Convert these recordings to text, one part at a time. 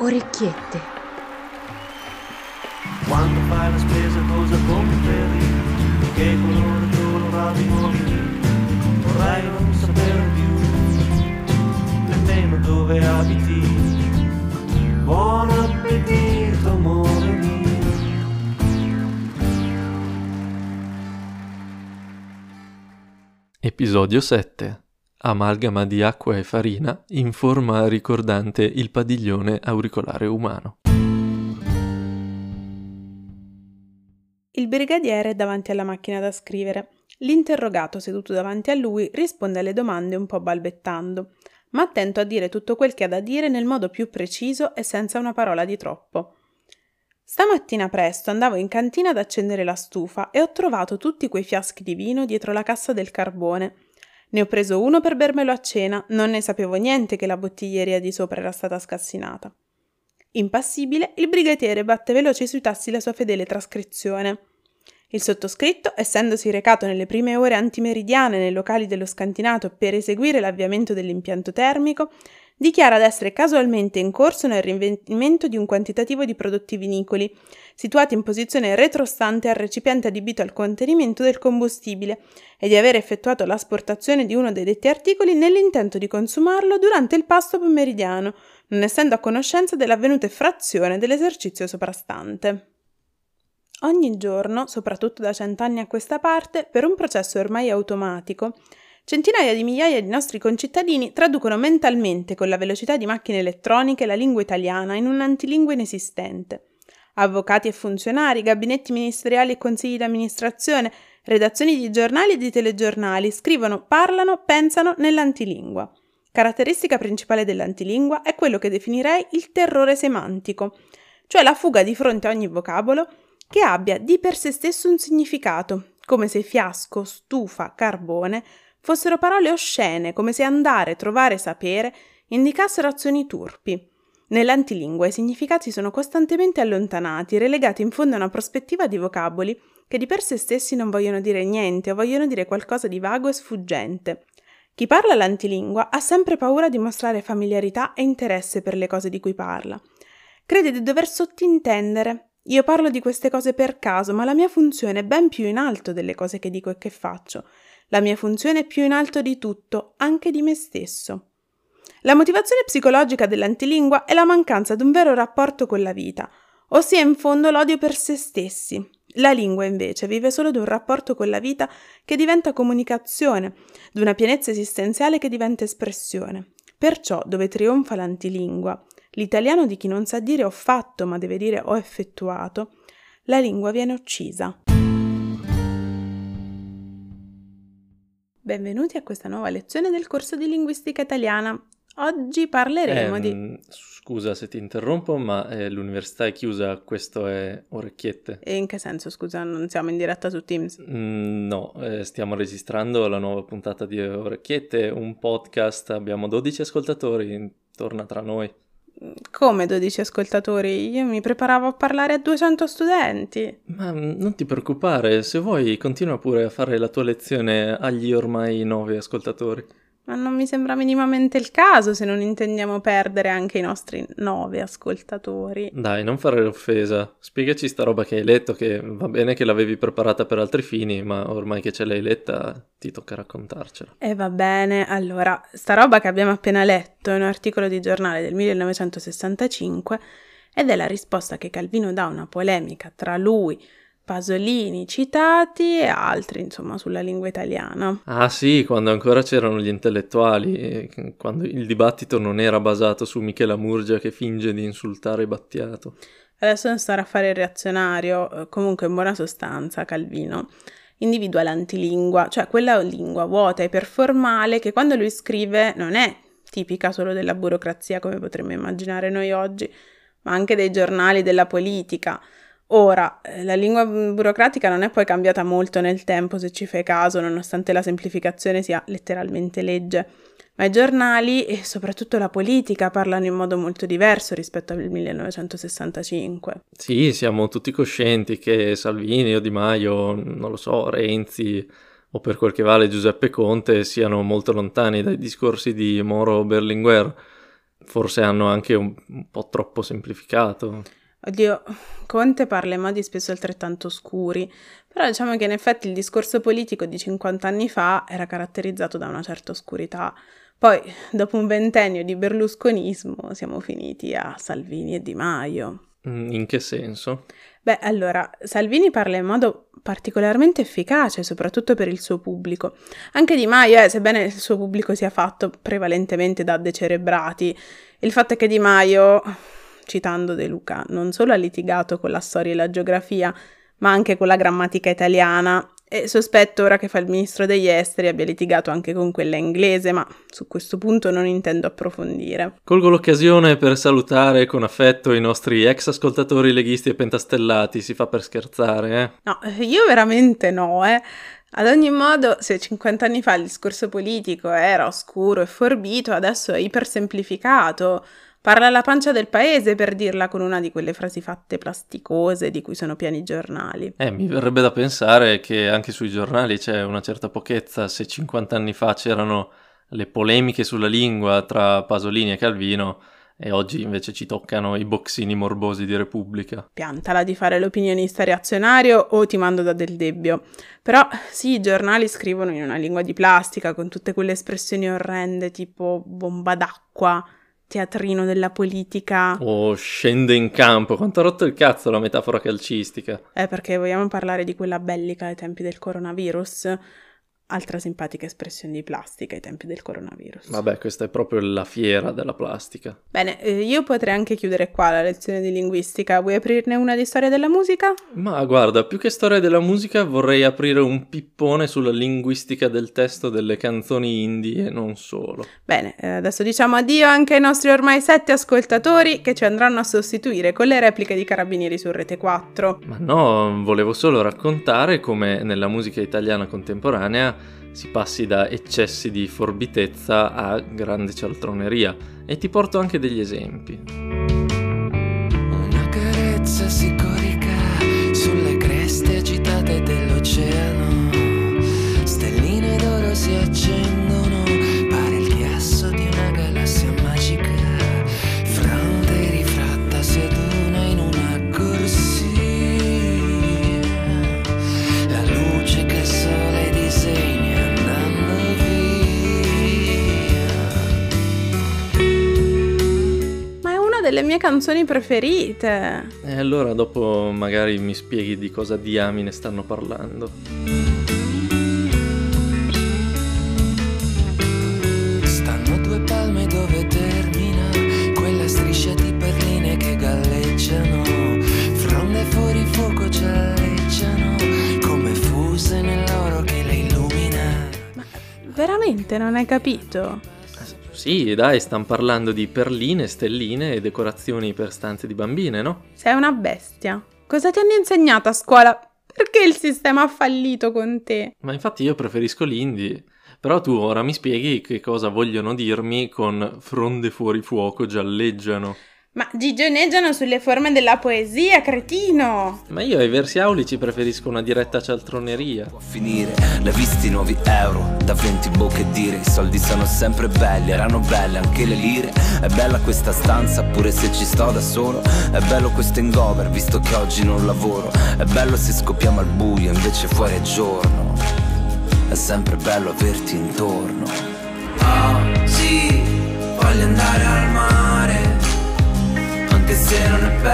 Orecchiette. Quando fai la spesa cosa compri? Che colore colorato vuoi? Vorrei non sapere più nemmeno dove abiti. Buon appetito, amore mio. Episodio 7. Amalgama di acqua e farina in forma ricordante il padiglione auricolare umano. Il brigadiere è davanti alla macchina da scrivere. L'interrogato seduto davanti a lui risponde alle domande un po' balbettando, ma attento a dire tutto quel che ha da dire nel modo più preciso e senza una parola di troppo. Stamattina presto andavo in cantina ad accendere la stufa e ho trovato tutti quei fiaschi di vino dietro la cassa del carbone. Ne ho preso uno per bermelo a cena, non ne sapevo niente che la bottiglieria di sopra era stata scassinata. Impassibile, il brigadiere batte veloce sui tasti la sua fedele trascrizione. Il sottoscritto, essendosi recato nelle prime ore antimeridiane nei locali dello scantinato per eseguire l'avviamento dell'impianto termico, dichiara d'essere casualmente in corso nel rinvenimento di un quantitativo di prodotti vinicoli, situati in posizione retrostante al recipiente adibito al contenimento del combustibile, e di aver effettuato l'asportazione di uno dei detti articoli nell'intento di consumarlo durante il pasto pomeridiano, non essendo a conoscenza dell'avvenuta effrazione dell'esercizio soprastante. Ogni giorno, soprattutto da 100 anni a questa parte, per un processo ormai automatico, centinaia di migliaia di nostri concittadini traducono mentalmente con la velocità di macchine elettroniche la lingua italiana in un'antilingua inesistente. Avvocati e funzionari, gabinetti ministeriali e consigli d'amministrazione, redazioni di giornali e di telegiornali scrivono, parlano, pensano nell'antilingua. Caratteristica principale dell'antilingua è quello che definirei il terrore semantico, cioè la fuga di fronte a ogni vocabolo che abbia di per sé stesso un significato, come se fiasco, stufa, carbone fossero parole oscene, come se andare, trovare, sapere indicassero azioni turpi. Nell'antilingua i significati sono costantemente allontanati, relegati in fondo a una prospettiva di vocaboli che di per sé stessi non vogliono dire niente o vogliono dire qualcosa di vago e sfuggente. Chi parla l'antilingua ha sempre paura di mostrare familiarità e interesse per le cose di cui parla. Crede di dover sottintendere. Io parlo di queste cose per caso, ma la mia funzione è ben più in alto delle cose che dico e che faccio. La mia funzione è più in alto di tutto, anche di me stesso. La motivazione psicologica dell'antilingua è la mancanza di un vero rapporto con la vita, ossia in fondo l'odio per se stessi. La lingua invece vive solo di un rapporto con la vita che diventa comunicazione, di una pienezza esistenziale che diventa espressione. Perciò, dove trionfa l'antilingua, l'italiano di chi non sa dire ho fatto ma deve dire ho effettuato, la lingua viene uccisa. Benvenuti a questa nuova lezione del corso di linguistica italiana. Oggi parleremo di... Scusa se ti interrompo, ma l'università è chiusa, questo è Orecchiette. E in che senso, scusa, non siamo in diretta su Teams? No, stiamo registrando la nuova puntata di Orecchiette, un podcast, abbiamo 12 ascoltatori, torna tra noi. Come 12 ascoltatori? Io mi preparavo a parlare a 200 studenti. Ma non ti preoccupare, se vuoi continua pure a fare la tua lezione agli ormai 9 ascoltatori. Ma non mi sembra minimamente il caso se non intendiamo perdere anche i nostri 9 ascoltatori. Dai, non fare l'offesa. Spiegaci sta roba che hai letto, che va bene che l'avevi preparata per altri fini, ma ormai che ce l'hai letta ti tocca raccontarcela. E va bene, allora, sta roba che abbiamo appena letto è un articolo di giornale del 1965 ed è la risposta che Calvino dà a una polemica tra lui, Pasolini, citati e altri, insomma, sulla lingua italiana. Ah sì, quando ancora c'erano gli intellettuali, quando il dibattito non era basato su Michela Murgia che finge di insultare Battiato. Adesso non stare a fare il reazionario, comunque in buona sostanza Calvino individua l'antilingua, cioè quella lingua vuota e iperformale che quando lui scrive non è tipica solo della burocrazia come potremmo immaginare noi oggi, ma anche dei giornali, della politica. Ora, la lingua burocratica non è poi cambiata molto nel tempo, se ci fai caso, nonostante la semplificazione sia letteralmente legge, ma i giornali e soprattutto la politica parlano in modo molto diverso rispetto al 1965. Sì, siamo tutti coscienti che Salvini o Di Maio, non lo so, Renzi o per quel che vale Giuseppe Conte siano molto lontani dai discorsi di Moro o Berlinguer. forse hanno anche un po' troppo semplificato. Oddio, Conte parla in modi spesso altrettanto oscuri, però diciamo che in effetti il discorso politico di 50 anni fa era caratterizzato da una certa oscurità. Poi, dopo un ventennio di berlusconismo, siamo finiti a Salvini e Di Maio. In che senso? Beh, allora, Salvini parla in modo particolarmente efficace, soprattutto per il suo pubblico. Anche Di Maio, sebbene il suo pubblico sia fatto prevalentemente da decerebrati, il fatto è che Di Maio, citando De Luca, non solo ha litigato con la storia e la geografia, ma anche con la grammatica italiana, e sospetto ora che fa il ministro degli esteri abbia litigato anche con quella inglese, ma su questo punto non intendo approfondire. Colgo l'occasione per salutare con affetto i nostri ex ascoltatori leghisti e pentastellati, si fa per scherzare, eh? No, io veramente no, Ad ogni modo, se 50 anni fa il discorso politico era oscuro e forbito, adesso è ipersemplificato. Parla alla pancia del paese, per dirla con una di quelle frasi fatte plasticose di cui sono pieni i giornali. Mi verrebbe da pensare che anche sui giornali c'è una certa pochezza. Se 50 anni fa c'erano le polemiche sulla lingua tra Pasolini e Calvino, e oggi invece ci toccano i boxini morbosi di Repubblica. Piantala di fare l'opinionista reazionario o ti mando da Del Debbio. Però sì, i giornali scrivono in una lingua di plastica, con tutte quelle espressioni orrende tipo bomba d'acqua, teatrino della politica. Scende in campo. Quanto ha rotto il cazzo la metafora calcistica. Perché vogliamo parlare di quella bellica ai tempi del coronavirus? Altra simpatica espressione di plastica ai tempi del coronavirus. Vabbè, questa è proprio la fiera della plastica. Bene, io potrei anche chiudere qua la lezione di linguistica. Vuoi aprirne una di storia della musica? Ma guarda, più che storia della musica vorrei aprire un pippone sulla linguistica del testo delle canzoni indie e non solo. Bene, adesso diciamo addio anche ai nostri ormai 7 ascoltatori che ci andranno a sostituire con le repliche di Carabinieri su Rete 4. Ma no, volevo solo raccontare come nella musica italiana contemporanea si passi da eccessi di forbitezza a grande cialtroneria, e ti porto anche degli esempi. Una carezza si corica sulle creste agitate dell'oceano, stelline d'oro si accendono, pare il ghiaccio di una galassia magica, fronte rifratta si aduna in una corsia, la luce che il sole disegna delle mie canzoni preferite. E allora dopo magari mi spieghi di cosa diamine stanno parlando. Stanno due palme dove termina quella striscia di perline che galleggiano, fronde fuori fuoco gialleggiano come fuse nell'oro che le illumina. Ma veramente non hai capito? Sì, dai, stanno parlando di perline, stelline e decorazioni per stanze di bambine, no? Sei una bestia. Cosa ti hanno insegnato a scuola? Perché il sistema ha fallito con te? Ma infatti io preferisco l'indie. Però tu ora mi spieghi che cosa vogliono dirmi con fronde fuori fuoco gialleggiano. Ma gigioneggiano sulle forme della poesia, cretino! Ma io ai versi aulici preferisco una diretta cialtroneria. Può finire, l'hai visti i nuovi euro, da 20 bocche dire, i soldi sono sempre belli, erano belle anche le lire, è bella questa stanza pure se ci sto da solo, è bello questo hangover visto che oggi non lavoro, è bello se scoppiamo al buio invece fuori è giorno, è sempre bello averti intorno. Oh sì, voglio andare al mare, anche se non è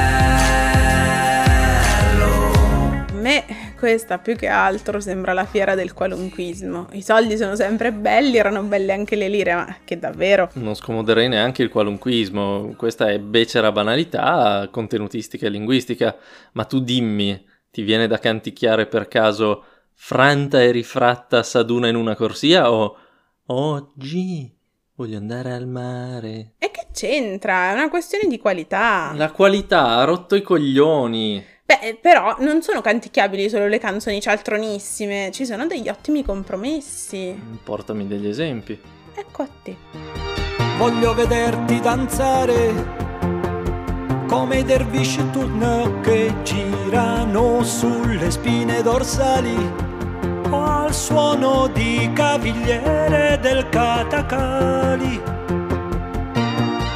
bello. A me questa più che altro sembra la fiera del qualunquismo. I soldi sono sempre belli, erano belle anche le lire, ma che davvero? Non scomoderei neanche il qualunquismo, questa è becera banalità contenutistica e linguistica, ma tu dimmi, ti viene da canticchiare per caso franta e rifratta s'aduna in una corsia o oggi voglio andare al mare? E che c'entra? È una questione di qualità. La qualità ha rotto i coglioni. Beh, però non sono canticchiabili solo le canzoni cialtronissime, ci sono degli ottimi compromessi. Portami degli esempi. Ecco a te. Voglio vederti danzare come i dervisci turno che girano sulle spine dorsali o al suono di cavigliere del Catacali.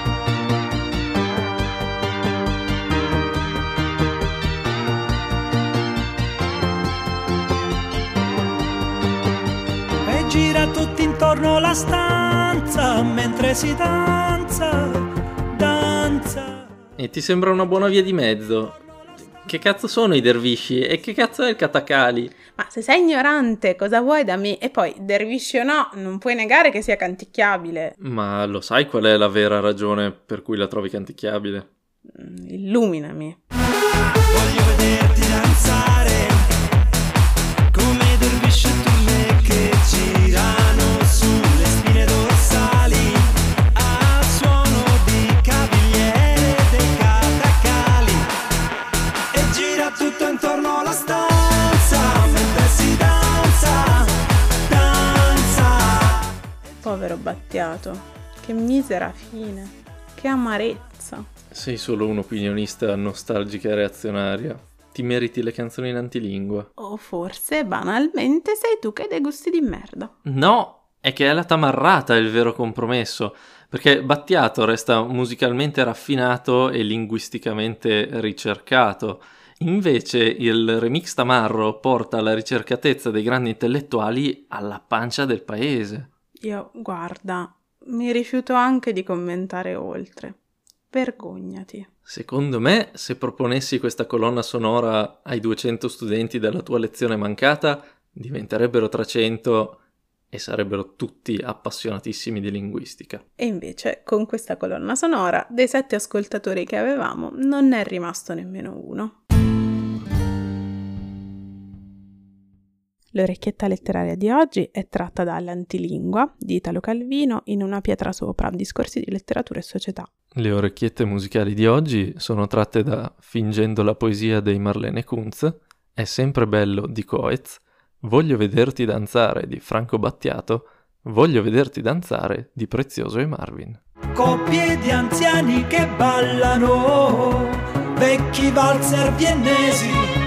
intorno la stanza mentre si danza, danza. E ti sembra una buona via di mezzo? Che cazzo sono i dervisci? E che cazzo è il katakali? Ma se sei ignorante, cosa vuoi da me? E poi, dervisci o no, non puoi negare che sia canticchiabile. Ma lo sai qual è la vera ragione per cui la trovi canticchiabile? Illuminami. Voglio vederti danzare come dervisci turne che girano sulle spine dorsali a suono di cavigliere dei katakali, e gira tutto intorno alla stanza mentre si danza, danza. Povero Battiato, che misera fine, che amarezza. Sei solo un'opinionista nostalgica e reazionaria. Ti meriti le canzoni in antilingua. O forse, banalmente, sei tu che hai dei gusti di merda. No, è che è la tamarrata il vero compromesso, perché Battiato resta musicalmente raffinato e linguisticamente ricercato. Invece il remix tamarro porta la ricercatezza dei grandi intellettuali alla pancia del paese. Io, guarda, mi rifiuto anche di commentare oltre. Vergognati. Secondo me, se proponessi questa colonna sonora ai 200 studenti della tua lezione mancata, diventerebbero 300 e sarebbero tutti appassionatissimi di linguistica. E invece, con questa colonna sonora, dei 7 ascoltatori che avevamo, non ne è rimasto nemmeno uno. L'orecchietta letteraria di oggi è tratta dall'Antilingua di Italo Calvino in Una pietra sopra, discorsi di letteratura e società. Le orecchiette musicali di oggi sono tratte da Fingendo la poesia dei Marlene Kunz, È sempre bello di Coez, Voglio vederti danzare di Franco Battiato, Voglio vederti danzare di Prezioso e Marvin. Coppie di anziani che ballano, vecchi valzer viennesi